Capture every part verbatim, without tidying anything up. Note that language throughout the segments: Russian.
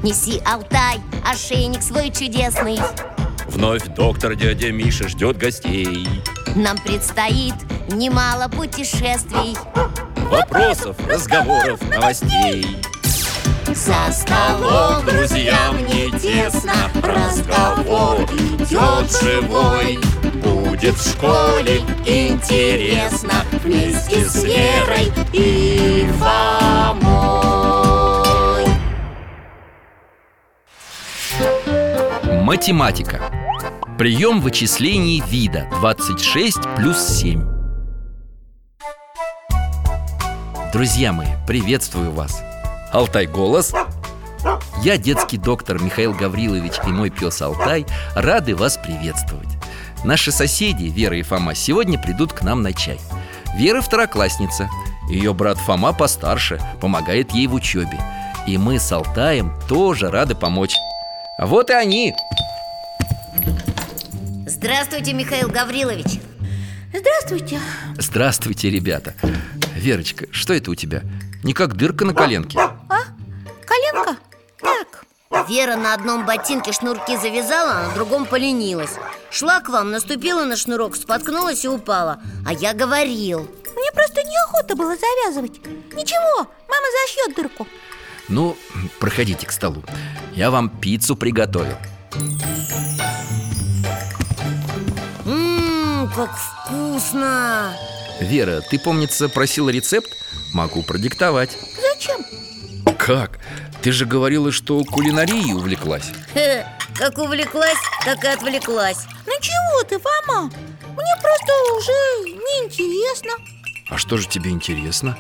Неси, Алтай, ошейник свой чудесный. Вновь доктор дядя Миша ждет гостей. Нам предстоит немало путешествий, Вопросов, разговоров, новостей. за столом друзьям не тесно, разговор идет живой. Будет в школе Интересно вместе с Верой и Фомой. Математика. Прием вычислений вида двадцать шесть плюс семь. Друзья мои, приветствую вас. Алтай голос. Я, детский доктор Михаил Гаврилович и мой пес Алтай, рады вас приветствовать. Наши соседи, Вера и Фома, сегодня придут к нам на чай. Вера второклассница. Ее брат Фома постарше, помогает ей в учебе. И мы с Алтаем тоже рады помочь. А вот и они. Здравствуйте, Михаил Гаврилович. Здравствуйте. Здравствуйте, ребята. Верочка, что это у тебя? Не как дырка на коленке. А? Коленка? Так. Вера на одном ботинке шнурки завязала, а на другом поленилась. Шла к вам, наступила на шнурок, споткнулась и упала. А я говорил. Мне просто неохота было завязывать. Ничего, мама зашьет дырку. Ну, проходите к столу. Я вам пиццу приготовил. Ммм, как вкусно! Вера, ты, помнится, просила рецепт? Могу продиктовать. Зачем? Как? Ты же говорила, что кулинарией увлеклась. Хе, как увлеклась, так и отвлеклась. Ну чего ты, Фома? Мне просто уже неинтересно. А что же тебе интересно?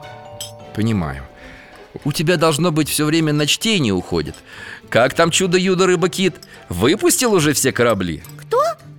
Понимаю. У тебя должно быть все время на чтение уходит. Как там чудо-юдо рыба-кит? Выпустил уже все корабли? Кто?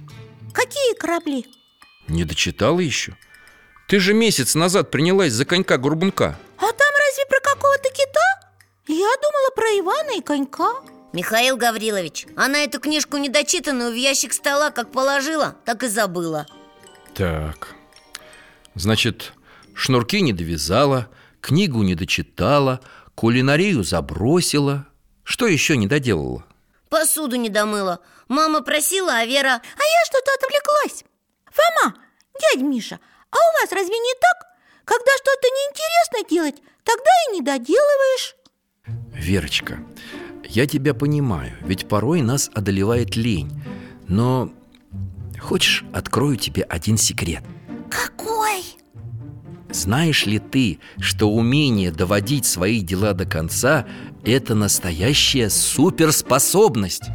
Какие корабли? Не дочитала еще? Ты же месяц назад принялась за конька-горбунка. А там разве про какого-то кита? Я думала про Ивана и конька. Михаил Гаврилович, она эту книжку недочитанную в ящик стола как положила, так и забыла. Так, значит, шнурки не довязала, книгу не дочитала, кулинарию забросила. Что еще не доделала? Посуду не домыла. Мама просила, а Вера... А я что-то отвлеклась. Фома, дядя Миша, а у вас разве не так? Когда что-то неинтересно делать, тогда и не доделываешь. Верочка, я тебя понимаю, ведь порой нас одолевает лень. Но хочешь, открою тебе один секрет? Какой? Знаешь ли ты, что умение доводить свои дела до конца – это настоящая суперспособность?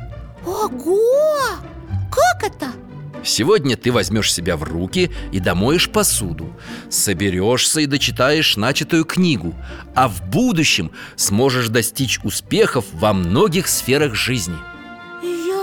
Ого! Как это? Сегодня ты возьмешь себя в руки и домоешь посуду, соберешься и дочитаешь начатую книгу, а в будущем сможешь достичь успехов во многих сферах жизни. Я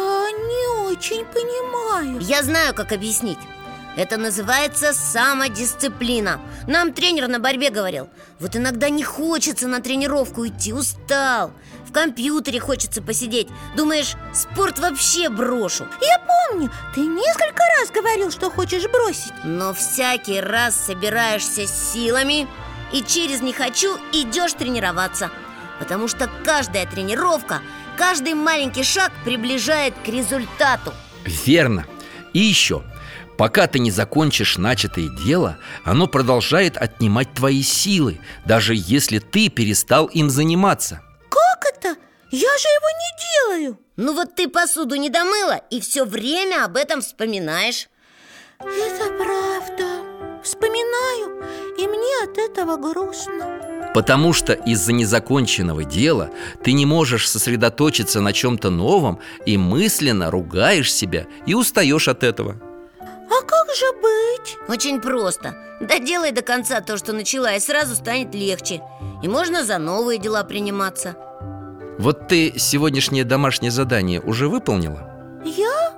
не очень понимаю. Я знаю, как объяснить. Это называется самодисциплина. Нам тренер на борьбе говорил: вот иногда не хочется на тренировку идти, устал. В компьютере хочется посидеть. Думаешь, спорт вообще брошу. Я помню, ты несколько раз говорил, что хочешь бросить. Но всякий раз собираешься с силами и через «не хочу» идешь тренироваться. Потому что каждая тренировка, каждый маленький шаг приближает к результату. Верно. И еще, пока ты не закончишь начатое дело, оно продолжает отнимать твои силы, даже если ты перестал им заниматься. Как это? Я же его не делаю. Ну вот ты посуду не домыла и все время об этом вспоминаешь. Это правда. Вспоминаю, и мне от этого грустно. Потому что из-за незаконченного дела ты не можешь сосредоточиться на чем-то новом и мысленно ругаешь себя и устаешь от этого. А как же быть? Очень просто. Доделай до конца то, что начала, и сразу станет легче. И можно за новые дела приниматься. Вот ты сегодняшнее домашнее задание уже выполнила? Я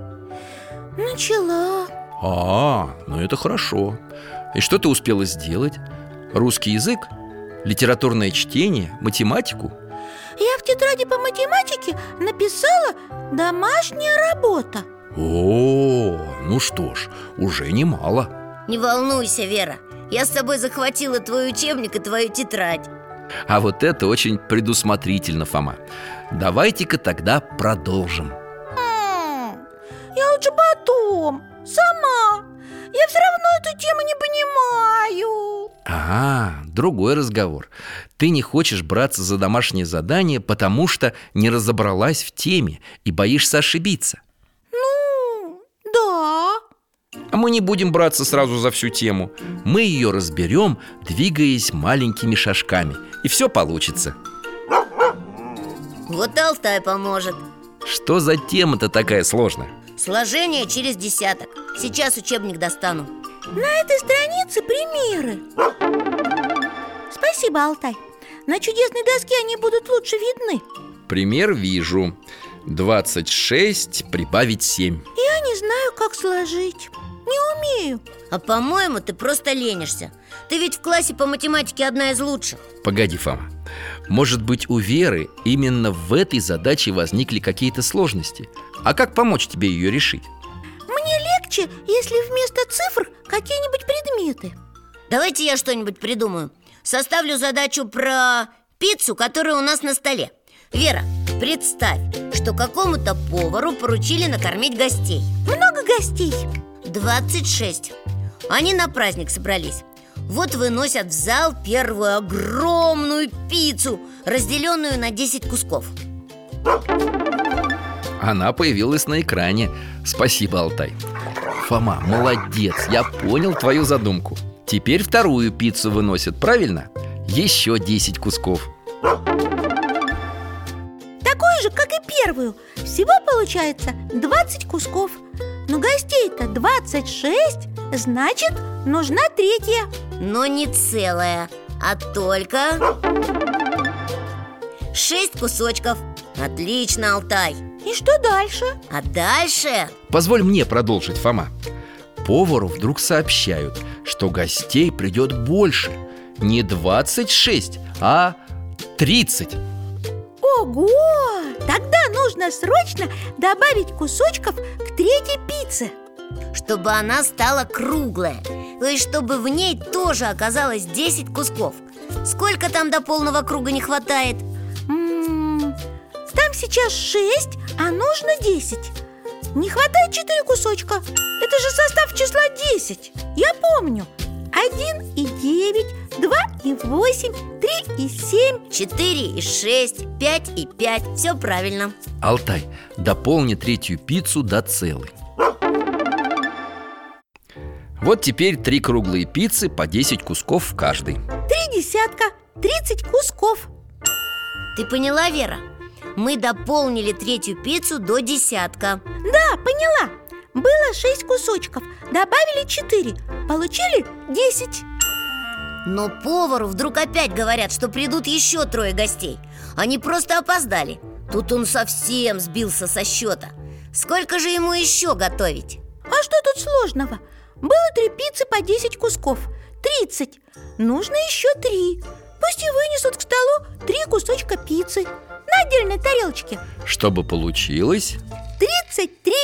начала. А, ну это хорошо. И что ты успела сделать? Русский язык? Литературное чтение? Математику? Я в тетради по математике написала «домашняя работа». О, ну что ж, уже немало. Не волнуйся, Вера. Я с собой захватила твой учебник и твою тетрадь. А вот это очень предусмотрительно, Фома. Давайте-ка тогда продолжим. М, Я лучше потом, сама. Я все равно эту тему не понимаю. Ага, другой разговор. Ты не хочешь браться за домашнее задание, потому что не разобралась в теме и боишься ошибиться. Ну, да. А мы не будем браться сразу за всю тему. Мы ее разберем, двигаясь маленькими шажками, и все получится. Вот Алтай поможет. Что за тема-то такая сложная? Сложение через десяток. Сейчас учебник достану. На этой странице примеры. Спасибо, Алтай. На чудесной доске они будут лучше видны. Пример вижу. Двадцать шесть прибавить семь. Я не знаю, как сложить. Не умею. А по-моему, ты просто ленишься. Ты ведь в классе по математике одна из лучших. Погоди, Фома. Может быть, у Веры именно в этой задаче возникли какие-то сложности? А как помочь тебе ее решить? Мне легче, если вместо цифр какие-нибудь предметы. Давайте я что-нибудь придумаю. Составлю задачу про пиццу, которая у нас на столе. Вера, представь, что какому-то повару поручили накормить гостей. Много гостей? Двадцать шесть. Они на праздник собрались. Вот выносят в зал первую огромную пиццу, разделенную на десять кусков. Она появилась на экране. Спасибо, Алтай. Фома, молодец, я понял твою задумку. Теперь вторую пиццу выносят, правильно? Еще десять кусков. Такую же, как и первую. Всего получается двадцать кусков. Но гостей-то двадцать шесть. Значит, нужна третья. Но не целая, а только шесть кусочков. Отлично, Алтай. И что дальше? А дальше? Позволь мне продолжить, Фома. Повару вдруг сообщают, что гостей придет больше. Не двадцать шесть, а тридцать. Ого! Тогда нужно срочно добавить кусочков к третьей пицце. Чтобы она стала круглая. То есть, чтобы в ней тоже оказалось десять кусков. Сколько там до полного круга не хватает? М-м, Там сейчас шесть, а нужно десять. Не хватает четыре кусочка. Это же состав числа десять. Я помню. Один и девять, два и восемь, три и семь. Четыре и шесть, пять и пять. Все правильно. Алтай, дополни третью пиццу до целой. Вот теперь три круглые пиццы по десять кусков в каждой. Три десятка, тридцать кусков. Ты поняла, Вера? Мы дополнили третью пиццу до десятка. Да, поняла. Было шесть кусочков, добавили четыре, получили десять. Но повару вдруг опять говорят, что придут еще трое гостей. Они просто опоздали. Тут он совсем сбился со счета. Сколько же ему еще готовить? А что тут сложного? Было три пиццы по десять кусков, тридцать. Нужно еще три. Пусть и вынесут к столу три кусочка пиццы на отдельной тарелочке. Чтобы получилось тридцать три.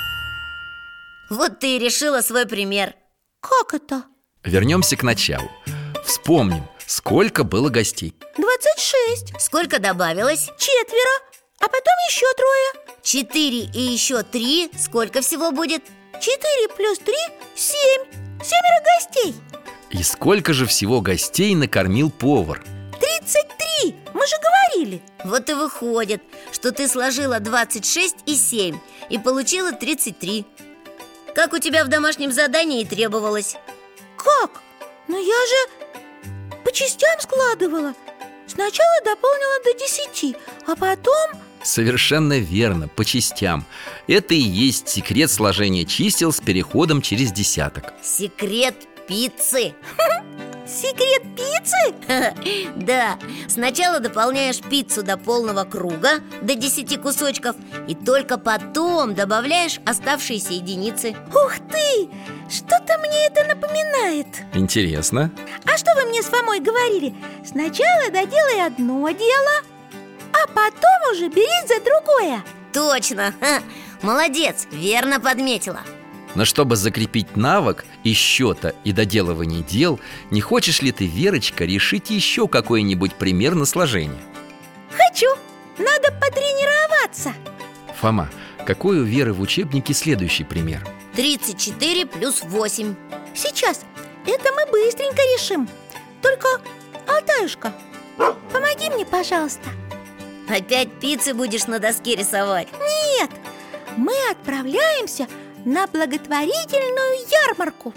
Вот ты и решила свой пример. Как это? Вернемся к началу. Вспомним, сколько было гостей. Двадцать шесть. Сколько добавилось? Четверо. А потом еще трое. Четыре и еще три. Сколько всего будет? Четыре плюс три – семь. Семеро гостей. И сколько же всего гостей накормил повар? Тридцать три. Мы же говорили. Вот и выходит, что ты сложила двадцать шесть и семь и получила тридцать три. Как у тебя в домашнем задании и требовалось. Как? Ну я же по частям складывала. Сначала дополнила до десяти, а потом... Совершенно верно, по частям. Это и есть секрет сложения чисел с переходом через десяток. Секрет пиццы. Секрет пиццы? Да, сначала дополняешь пиццу до полного круга, до десяти кусочков, и только потом добавляешь оставшиеся единицы. Ух ты! Что-то мне это напоминает. Интересно. А что вы мне с Фомой говорили? Сначала доделай одно дело, а потом уже берись за другое. Точно! Ха, молодец, верно подметила. Но чтобы закрепить навык и счета, и доделывания дел, не хочешь ли ты, Верочка, решить еще какой-нибудь пример на сложение? Хочу! Надо потренироваться. Фома, какой у Веры в учебнике следующий пример? тридцать четыре плюс восемь. Сейчас, это мы быстренько решим. Только, Алтаюшка, помоги мне, пожалуйста. Опять пиццы будешь на доске рисовать? Нет, мы отправляемся на благотворительную ярмарку.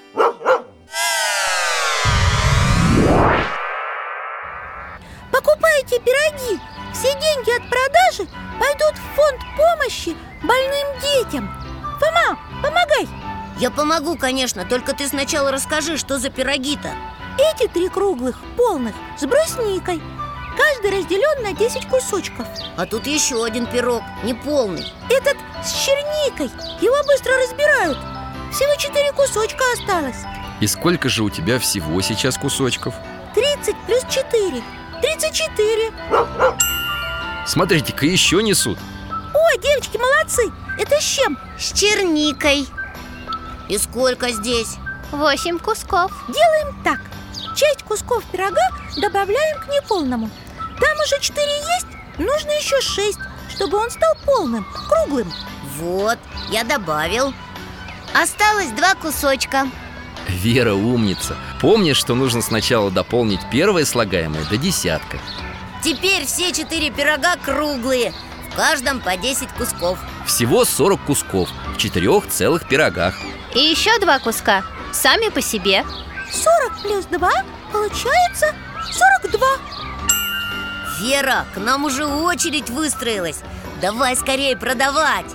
Покупайте пироги. Все деньги от продажи пойдут в фонд помощи больным детям. Фома, помогай. Я помогу, конечно, только ты сначала расскажи, что за пироги-то. Эти три круглых, полных, с брусникой. Каждый разделен на десять кусочков. А тут еще один пирог, неполный. Этот с черникой. Его быстро разбирают. Всего четыре кусочка осталось. И сколько же у тебя всего сейчас кусочков? Тридцать плюс четыре. Тридцать четыре. Смотрите-ка, еще несут. Ой, девочки, молодцы. Это с чем? С черникой. И сколько здесь? Восемь кусков. Делаем так. Часть кусков пирога добавляем к неполному. Там уже четыре есть. Нужно еще шесть, чтобы он стал полным, круглым. Вот, я добавил. Осталось два кусочка. Вера умница. Помнишь, что нужно сначала дополнить первое слагаемое до десятка. Теперь все четыре пирога круглые. В каждом по десять кусков. Всего сорок кусков в четырех целых пирогах. И еще два куска сами по себе. Сорок плюс два получается сорок два. Вера, к нам уже очередь выстроилась. Давай скорее продавать.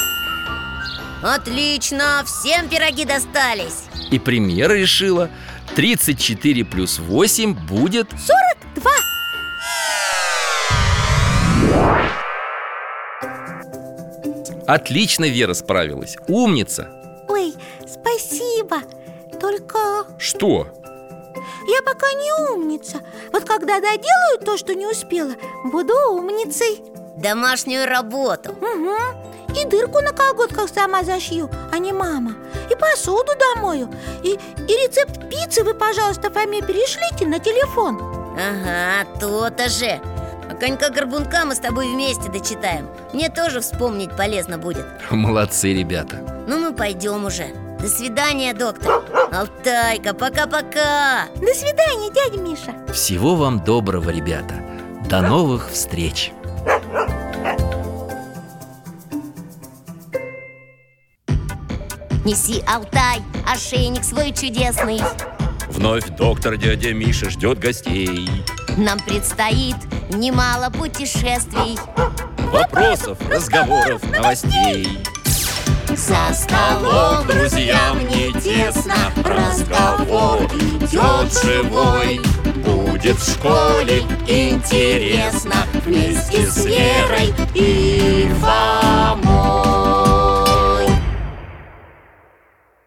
Отлично, всем пироги достались. И пример решила. Тридцать четыре плюс восемь будет сорок два. Отлично, Вера справилась. Умница. Ой, спасибо. Только Что? я пока не умница. Вот когда доделаю то, что не успела, буду умницей. Домашнюю работу. Угу. И дырку на колготках сама зашью, а не мама. И посуду домою. И, и рецепт пиццы вы, пожалуйста, Фоме перешлите на телефон. Ага, то-то же. А конька-горбунка мы с тобой вместе дочитаем. Мне тоже вспомнить полезно будет. Молодцы, ребята. Ну мы пойдем уже. До свидания, доктор. Алтайка, пока-пока. До свидания, дядя Миша. Всего вам доброго, ребята. До новых встреч. Неси, Алтай, ошейник свой чудесный. Вновь доктор дядя Миша ждет гостей. Нам предстоит немало путешествий. Вопросов, разговоров, новостей. За Столом, друзьям, не тесно, разговор идет живой. Будет в школе интересно вместе с Верой и Фомой.